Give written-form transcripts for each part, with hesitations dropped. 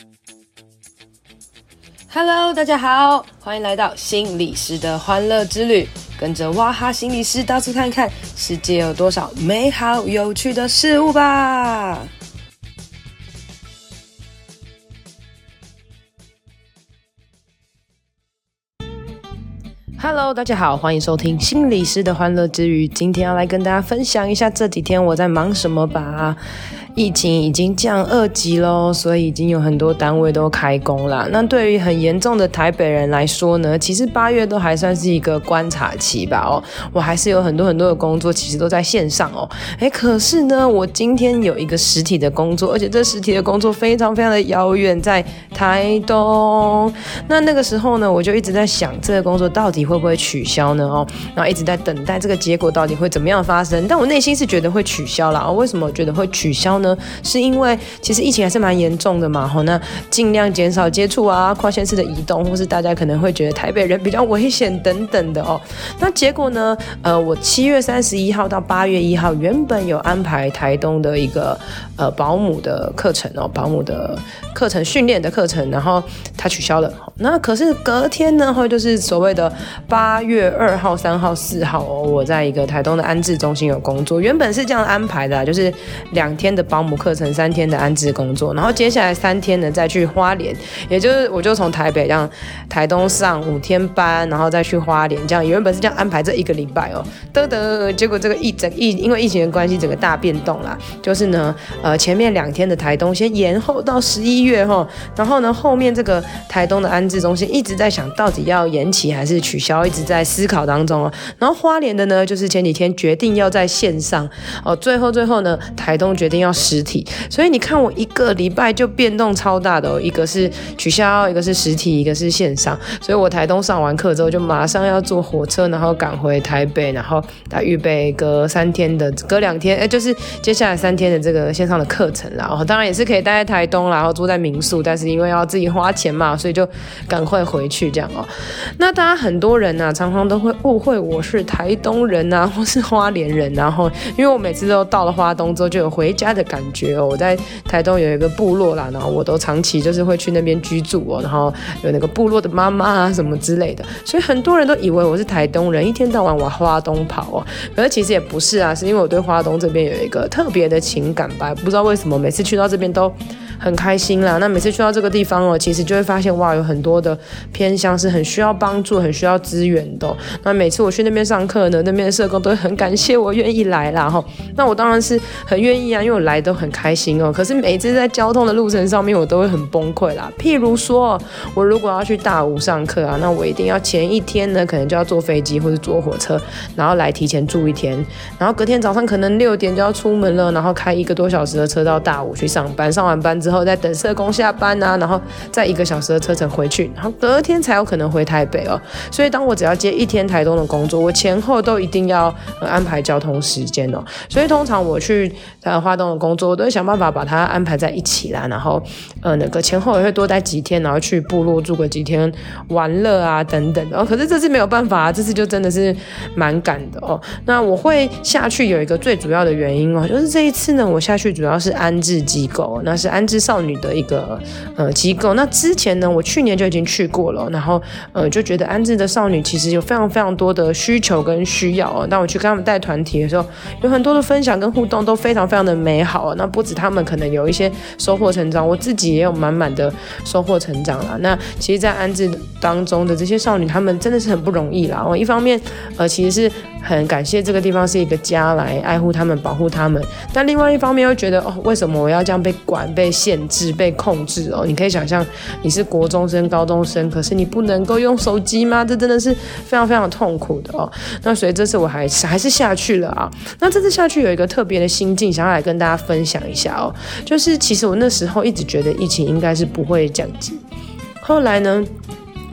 Hello， 大家好，欢迎来到心理师的欢乐之旅，跟着哇哈心理师到处看看世界有多少美好有趣的事物吧。Hello， 大家好，欢迎收听心理师的欢乐之旅。今天要来跟大家分享一下这几天我在忙什么吧。疫情已经降2级咯，所以已经有很多单位都开工啦。那对于很严重的台北人来说呢，其实8月都还算是一个观察期吧我还是有很多的工作其实都在线上可是呢，我今天有一个实体的工作，而且这实体的工作非常非常的遥远，在台东。那个时候呢，我就一直在想这个工作到底会不会取消呢然后一直在等待这个结果到底会怎么样发生。但我内心是觉得会取消啦为什么我觉得会取消呢？是因为其实疫情还是蛮严重的嘛那尽量减少接触啊，跨县市的移动，或是大家可能会觉得台北人比较危险等等的那结果呢我7月31号到8月1号原本有安排台东的一个保姆的课程保姆的课程训练的课程，然后它取消了。那可是隔天呢就是所谓的8月2号3号4号我在一个台东的安置中心有工作，原本是这样安排的就是2天的保姆课程，3天的安置工作，然后接下来3天呢再去花莲，也就是我就从台北这样台东上5天班，然后再去花莲，这样原本是这样安排这1个礼拜结果这个因为疫情的关系整个大变动啦，就是呢前面2天的台东先延后到11月然后呢后面这个台东的安置中心一直在想到底要延期还是取消，一直在思考当中然后花莲的呢就是前几天决定要在线上最后呢台东决定要实体，所以你看我1个礼拜就变动超大的一个是取消，一个是实体，一个是线上，所以我台东上完课之后就马上要坐火车，然后赶回台北，然后来预备隔2天就是接下来3天的这个线上的课程啦当然也是可以待在台东啦，然后住在民宿，但是因为要自己花钱嘛，所以就赶快回去这样那大家很多人常常都会误会我是台东人或是花莲人，然后因为我每次都到了花东之后就有回家的感觉我在台东有一个部落啦，然后我都长期就是会去那边居住然后有那个部落的妈妈什么之类的，所以很多人都以为我是台东人，一天到晚往花东跑可是其实也不是是因为我对花东这边有一个特别的情感吧，不知道为什么每次去到这边都很开心啦。那每次去到这个地方其实就会发现哇，有很多的偏乡是很需要帮助，很需要资源的那每次我去那边上课呢，那边的社工都会很感谢我愿意来啦那我当然是很愿意因为我来都很开心可是每次在交通的路程上面我都会很崩溃啦。譬如说我如果要去大武上课那我一定要前1天呢可能就要坐飞机或是坐火车，然后来提前住1天，然后隔天早上可能6点就要出门了，然后开1个多小时的车到大武去上班，上完班之后再等社工下班然后再1个小时的车程回去，然后隔天才有可能回台北所以当我只要接1天台东的工作，我前后都一定要安排交通时间所以通常我去花东的工作我都会想办法把它安排在一起啦，然后那个前后也会多待几天，然后去部落住个几天玩乐等等可是这次没有办法这次就真的是蛮赶的那我会下去有一个最主要的原因就是这一次呢我下去主要是安置机构，那是安置少女的一个机构。那之前呢我去年就已经去过了，然后就觉得安置的少女其实有非常非常多的需求跟需要当我去跟他们带团体的时候，有很多的分享跟互动都非常非常的美好那不止他们可能有一些收获成长，我自己也有满满的收获成长啦。那其实在安置当中的这些少女她们真的是很不容易啦一方面其实是很感谢这个地方是一个家来爱护他们保护他们，但另外一方面又觉得为什么我要这样被管被限制被控制你可以想象你是国中生高中生，可是你不能够用手机吗？这真的是非常非常痛苦的那所以这次我还是下去了那这次下去有一个特别的心境想要来跟大家分享一下就是其实我那时候一直觉得疫情应该是不会降级，后来呢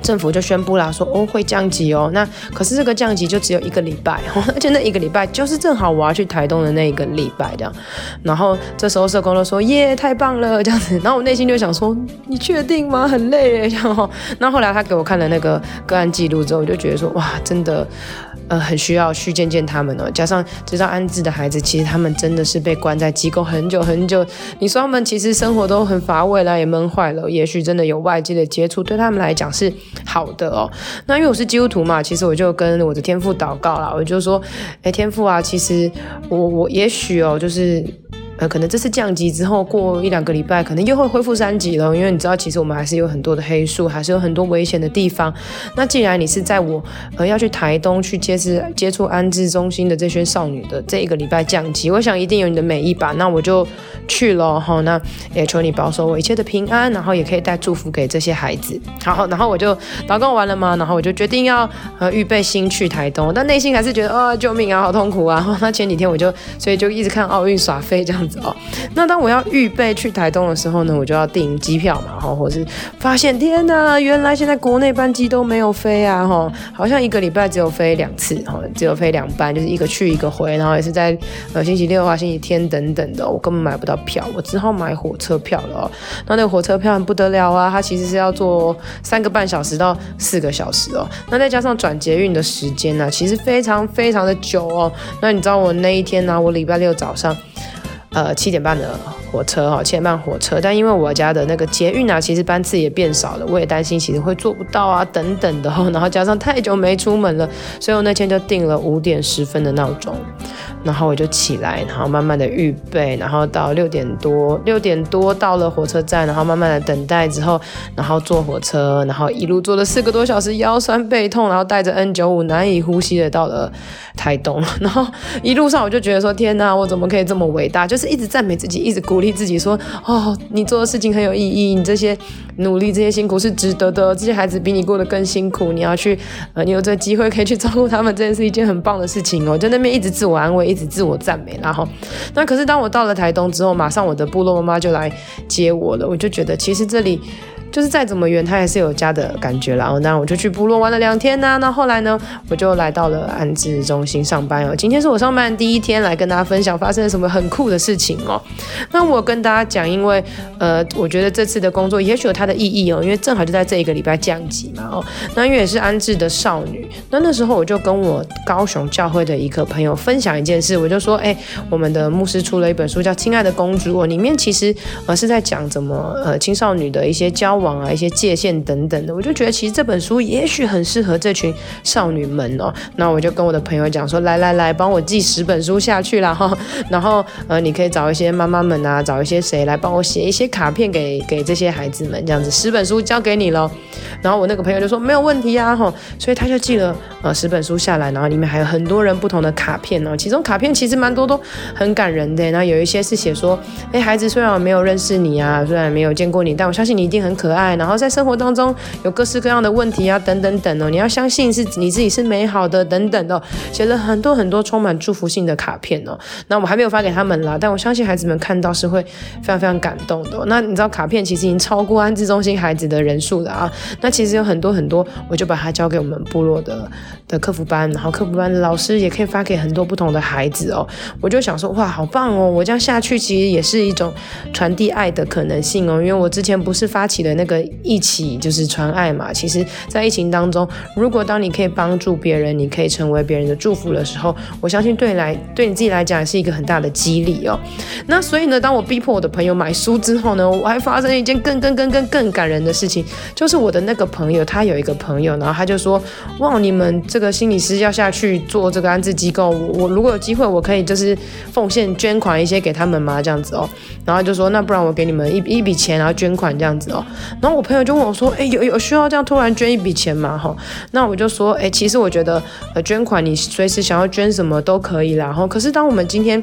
政府就宣布啦，说会降级哦。那可是这个降级就只有1个礼拜，而且那1个礼拜就是正好我要去台东的那1个礼拜这样。然后这时候社工就说耶，太棒了这样子。然后我内心就想说，你确定吗？很累耶这样。然后后来他给我看了那个个案记录之后，我就觉得说哇，真的。很需要去见见他们哦，加上知道安置的孩子，其实他们真的是被关在机构很久很久。你说他们其实生活都很乏味啦，也闷坏了，也许真的有外界的接触，对他们来讲是好的哦。那因为我是基督徒嘛，其实我就跟我的天父祷告啦，我就说，天父啊，其实我也许哦，就是。可能这次降级之后，过1-2个礼拜，可能又会恢复3级了。因为你知道，其实我们还是有很多的黑数，还是有很多危险的地方。那既然你是在我要去台东去接触安置中心的这些少女的这1个礼拜降级，我想一定有你的美意吧。那我就去了哈。那也求你保守我一切的平安，然后也可以带祝福给这些孩子。好，然后我就祷告完了嘛，然后我就决定要预备心去台东，但内心还是觉得救命啊，好痛苦啊。那前几天所以就一直看奥运耍废这样子。那当我要预备去台东的时候呢，我就要订机票嘛，或是发现天哪，原来现在国内班机都没有飞啊，好像1个礼拜只有飞2次，只有飞2班，就是一个去一个回，然后也是在星期六啊、星期天等等的，我根本买不到票，我只好买火车票了那个火车票很不得了啊，它其实是要坐3个半小时到4个小时哦，那再加上转捷运的时间呢，其实非常非常的久哦。那你知道我那一天呢，我礼拜六早上。7点半的火车7点半火车，但因为我家的那个捷运啊，其实班次也变少了，我也担心其实会做不到啊等等的然后加上太久没出门了，所以我那天就定了5点10分的闹钟，然后我就起来，然后慢慢的预备，然后到6点多到了火车站，然后慢慢的等待之后，然后坐火车，然后一路坐了4个多小时，腰酸背痛，然后带着 N95 难以呼吸的到了台东，然后一路上我就觉得说天哪，我怎么可以这么伟大，就是一直赞美自己，一直鼓励自己说你做的事情很有意义，你这些努力这些辛苦是值得的，这些孩子比你过得更辛苦，你要去你有这个机会可以去照顾他们，真的是一件很棒的事情就在那边一直自我安慰，一直自我赞美。然后那可是当我到了台东之后，马上我的部落妈妈就来接我了，我就觉得其实这里就是再怎么远，它还是有家的感觉啦。那我就去部落玩了2天啊。那后来呢，我就来到了安置中心上班今天是我上班的第1天，来跟大家分享发生了什么很酷的事情那我跟大家讲，因为我觉得这次的工作也许有它的意义因为正好就在这1个礼拜降级嘛那因为也是安置的少女，那时候我就跟我高雄教会的一个朋友分享一件事，我就说我们的牧师出了一本书叫《亲爱的公主》里面其实是在讲怎么青少女的一些交往一些界限等等的，我就觉得其实这本书也许很适合这群少女们那我就跟我的朋友讲说，来帮我寄10本书下去啦然后你可以找一些妈妈们啊，找一些谁来帮我写一些卡片给这些孩子们，这样子10本书交给你咯。然后我那个朋友就说没有问题啊所以他就寄了10本书下来，然后里面还有很多人不同的卡片其中卡片其实蛮多都很感人的，那有一些是写说孩子虽然我没有认识你啊，虽然没有见过你，但我相信你一定很可爱，然后在生活当中有各式各样的问题啊等等等你要相信是你自己是美好的等等的写了很多很多充满祝福性的卡片那我还没有发给他们啦，但我相信孩子们看到是会非常非常感动的那你知道卡片其实已经超过安置中心孩子的人数了啊，那其实有很多很多，我就把它交给我们部落的客服班，然后客服班的老师也可以发给很多不同的孩子我就想说哇好棒我这样下去其实也是一种传递爱的可能性因为我之前不是发起了那个一起就是传爱嘛，其实在疫情当中，如果当你可以帮助别人，你可以成为别人的祝福的时候，我相信对你自己来讲也是一个很大的激励那所以呢，当我逼迫我的朋友买书之后呢，我还发生一件更感人的事情，就是我的那个朋友，他有一个朋友，然后他就说哇，你们这个心理师要下去做这个安置机构，我如果有机会，我可以就是奉献捐款一些给他们吗？这样子然后就说那不然我给你们一笔钱，然后捐款这样子然后我朋友就问我说有需要这样突然捐一笔钱吗那我就说其实我觉得捐款你随时想要捐什么都可以啦可是当我们今天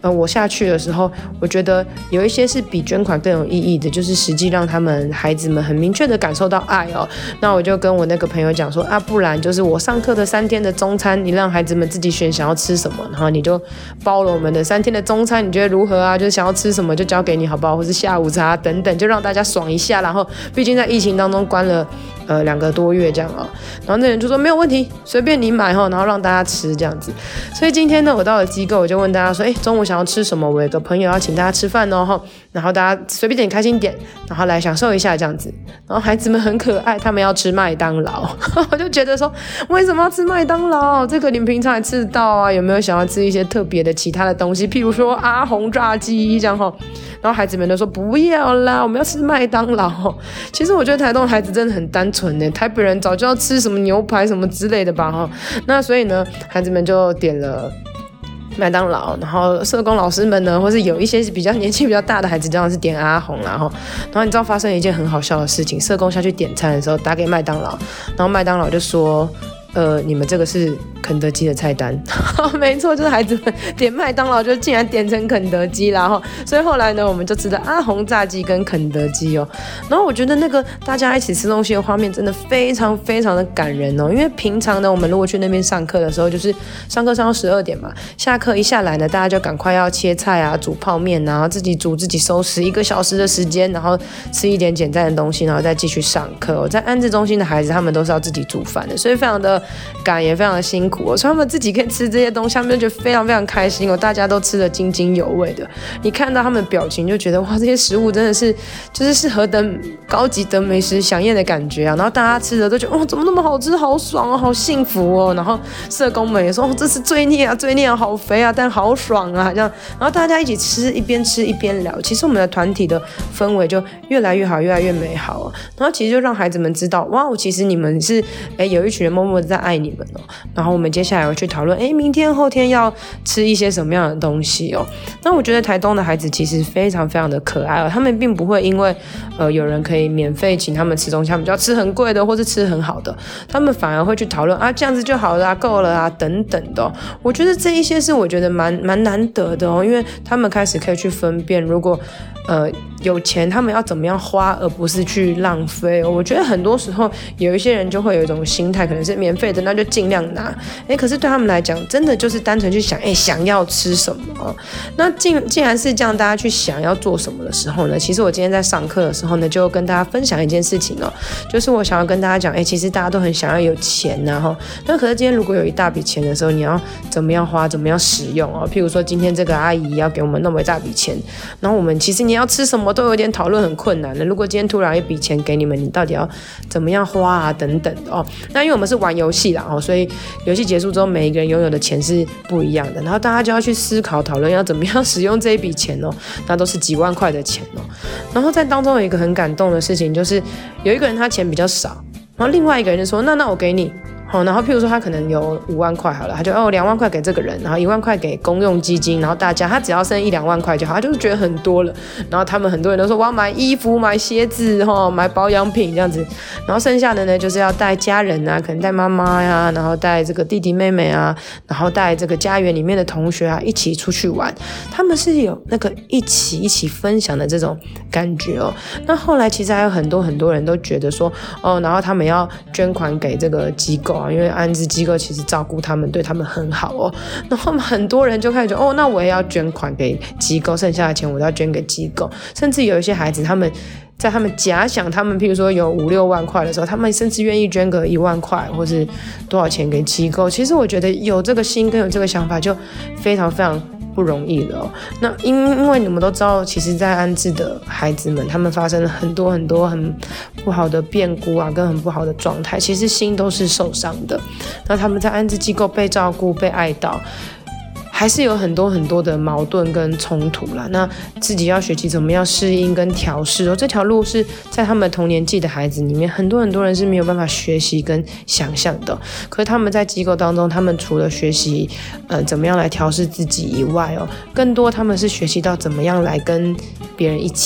我下去的时候，我觉得有一些是比捐款更有意义的，就是实际让他们孩子们很明确的感受到爱哦。那我就跟我那个朋友讲说啊，不然就是我上课的3天的中餐，你让孩子们自己选想要吃什么，然后你就包了我们的3天的中餐，你觉得如何啊？就是想要吃什么就交给你好不好？或是下午茶等等，就让大家爽一下。然后毕竟在疫情当中关了2个多月这样啊，然后那人就说没有问题，随便你买然后让大家吃这样子。所以今天呢，我到了机构，我就问大家说，中午想要吃什么？我有个朋友要请大家吃饭哦，然后大家随便点开心点，然后来享受一下这样子。然后孩子们很可爱，他们要吃麦当劳，我就觉得说，为什么要吃麦当劳？这个你们平常也吃得到啊，有没有想要吃一些特别的其他的东西，譬如说阿红炸鸡这样哈？然后孩子们都说不要啦，我们要吃麦当劳。其实我觉得台东的孩子真的很单纯耶，台北人早就要吃什么牛排什么之类的吧。那所以呢，孩子们就点了麦当劳，然后社工老师们呢，或是有一些比较年纪比较大的孩子，当然是点阿红啦。然后你知道发生一件很好笑的事情，社工下去点餐的时候打给麦当劳，然后麦当劳就说你们这个是肯德基的菜单。没错，就是孩子们点麦当劳就竟然点成肯德基啦。所以后来呢，我们就吃了阿红炸鸡跟肯德基哦。然后我觉得那个大家一起吃东西的画面真的非常非常的感人哦。因为平常呢，我们如果去那边上课的时候，就是上课上到12点嘛，下课一下来呢，大家就赶快要切菜啊、煮泡面啊，自己煮自己收拾1个小时的时间，然后吃一点简单的东西，然后再继续上课。在安置中心的孩子，他们都是要自己煮饭的，所以非常的赶也非常的辛苦哦，所以他们自己可以吃这些东西，他们就觉得非常非常开心哦，大家都吃得津津有味的。你看到他们的表情，就觉得哇，这些食物真的是就是何等高级的美食飨宴的感觉啊！然后大家吃的都觉得怎么那么好吃，好爽哦，好幸福哦。然后社工们也说这是罪孽啊，罪孽啊，好肥啊，但好爽啊，这样。然后大家一起吃，一边吃一边聊，其实我们的团体的氛围就越来越好，越来越美好哦。然后其实就让孩子们知道，哇，其实你们是有一群人默默的在爱你们哦。然后我们接下来会去讨论，明天后天要吃一些什么样的东西哦。那我觉得台东的孩子其实非常非常的可爱哦，他们并不会因为有人可以免费请他们吃东西，他们就要吃很贵的或是吃很好的，他们反而会去讨论啊，这样子就好了啊，够了啊等等的哦。我觉得这一些是我觉得蛮难得的哦，因为他们开始可以去分辨，如果有钱他们要怎么样花，而不是去浪费哦。我觉得很多时候有一些人就会有一种心态，可能是免费的那就尽量拿，可是对他们来讲真的就是单纯去想想要吃什么哦。那既然是这样，大家去想要做什么的时候呢，其实我今天在上课的时候呢，就跟大家分享一件事情哦，就是我想要跟大家讲，其实大家都很想要有钱啊，那可是今天如果有一大笔钱的时候，你要怎么样花，怎么样使用哦？譬如说今天这个阿姨要给我们那么一大笔钱，然后我们其实你要吃什么都有点讨论很困难的。如果今天突然一笔钱给你们，你到底要怎么样花啊等等的哦。那因为我们是玩游戏啦，所以游戏结束之后，每一个人拥有的钱是不一样的，然后大家就要去思考讨论要怎么样使用这一笔钱哦，那都是几万块的钱哦。然后在当中有一个很感动的事情，就是有一个人他钱比较少，然后另外一个人就说那我给你。然后譬如说他可能有5万块好了，他就2万块给这个人，然后1万块给公用基金，然后大家他只要剩1-2万块就好，他就是觉得很多了。然后他们很多人都说我要买衣服、买鞋子、买保养品这样子，然后剩下的呢就是要带家人啊，可能带妈妈呀，然后带这个弟弟妹妹啊，然后带这个家园里面的同学啊一起出去玩，他们是有那个一起分享的这种感觉哦。那后来其实还有很多人都觉得说然后他们要捐款给这个机构因为安置机构其实照顾他们，对他们很好哦。然后很多人就开始觉得那我也要捐款给机构，剩下的钱我都要捐给机构。甚至有一些孩子，他们在他们假想他们譬如说有5-6万块的时候，他们甚至愿意捐个1万块或是多少钱给机构。其实我觉得有这个心跟有这个想法就非常非常不容易了哦。那因为你们都知道，其实在安置的孩子们，他们发生了很多很不好的变故啊，跟很不好的状态，其实心都是受伤的。那他们在安置机构被照顾、被爱到，还是有很多的矛盾跟冲突啦。那自己要学习怎么样适应跟调试哦。这条路是在他们同年纪的孩子里面，很多人是没有办法学习跟想象的。可是他们在机构当中，他们除了学习怎么样来调试自己以外更多他们是学习到怎么样来跟别人一起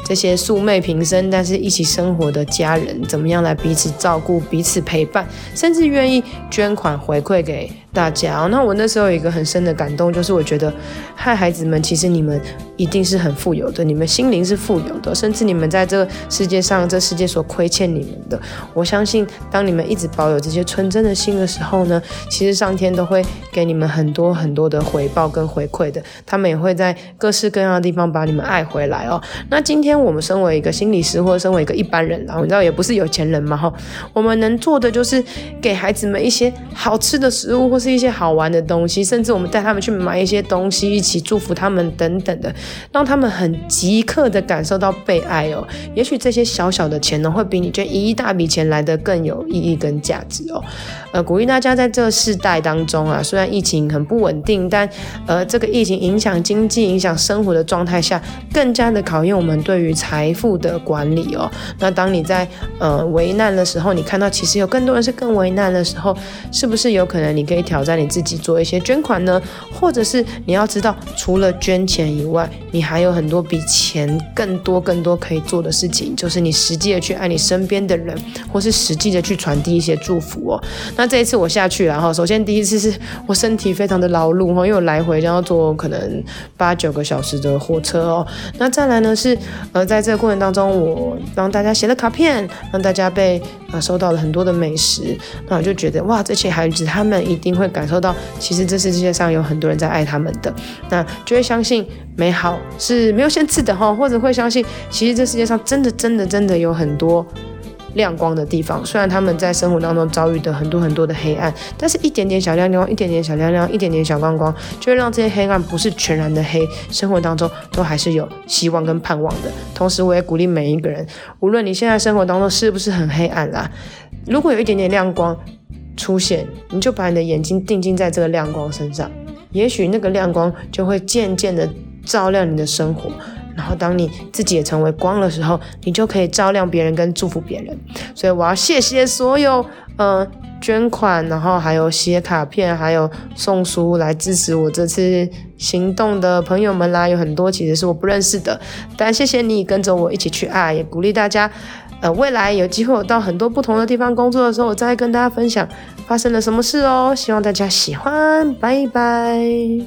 这些素昧平生但是一起生活的家人怎么样来彼此照顾、彼此陪伴，甚至愿意捐款回馈给大家。那我那时候有一个很深的感动，就是我觉得孩子们，其实你们一定是很富有的，你们心灵是富有的，甚至你们在这个世界上，这世界所亏欠你们的，我相信当你们一直保有这些纯真的心的时候呢，其实上天都会给你们很多很多的回报跟回馈的，他们也会在各式各样的地方把你们爱回来哦。那今天我们身为一个心理师，或者身为一个一般人，然后你知道也不是有钱人嘛，我们能做的就是给孩子们一些好吃的食物，或是一些好玩的东西，甚至我们带他们去买一些东西，一起祝福他们等等的，让他们很即刻的感受到被爱哦。也许这些小小的钱呢，会比你捐一大笔钱来的更有意义跟价值哦。鼓励大家在这个世代当中啊，虽然疫情很不稳定，但这个疫情影响经济、影响生活的状态下，更加的考验我们对于财富的管理哦。那当你在危难的时候，你看到其实有更多人是更危难的时候，是不是有可能你可以挑战你自己做一些捐款呢？或者是你要知道，除了捐钱以外，你还有很多比钱更多可以做的事情，就是你实际的去爱你身边的人，或是实际的去传递一些祝福哦。那这一次我下去了，首先第一次是我身体非常的劳碌，因为我来回要坐可能8-9个小时的火车哦。那再来呢是在这个过程当中，我让大家写了卡片，让大家被收到了很多的美食，那我就觉得哇，这些孩子他们一定会感受到，其实这世界上有很多人在爱他们的，那就会相信美好是没有限制的或者会相信，其实这世界上真的有很多亮光的地方，虽然他们在生活当中遭遇的很多的黑暗，但是一点点小亮光，一点点小亮亮，一点点小光光，就会让这些黑暗不是全然的黑，生活当中都还是有希望跟盼望的。同时我也鼓励每一个人，无论你现在生活当中是不是很黑暗啦，如果有一点点亮光出现，你就把你的眼睛定睛在这个亮光身上，也许那个亮光就会渐渐的照亮你的生活，然后当你自己也成为光的时候，你就可以照亮别人跟祝福别人。所以我要谢谢所有捐款，然后还有写卡片，还有送书来支持我这次行动的朋友们啦，有很多其实是我不认识的，但谢谢你跟着我一起去爱，也鼓励大家未来有机会我到很多不同的地方工作的时候，我再跟大家分享发生了什么事哦。希望大家喜欢，拜拜。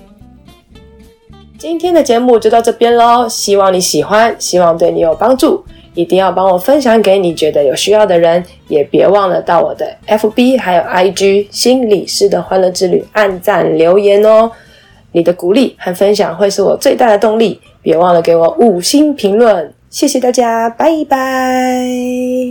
今天的节目就到这边咯，希望你喜欢，希望对你有帮助，一定要帮我分享给你觉得有需要的人，也别忘了到我的 FB 还有 IG 心理师的欢乐之旅按赞留言哦。你的鼓励和分享会是我最大的动力，别忘了给我5星评论，谢谢大家，拜拜。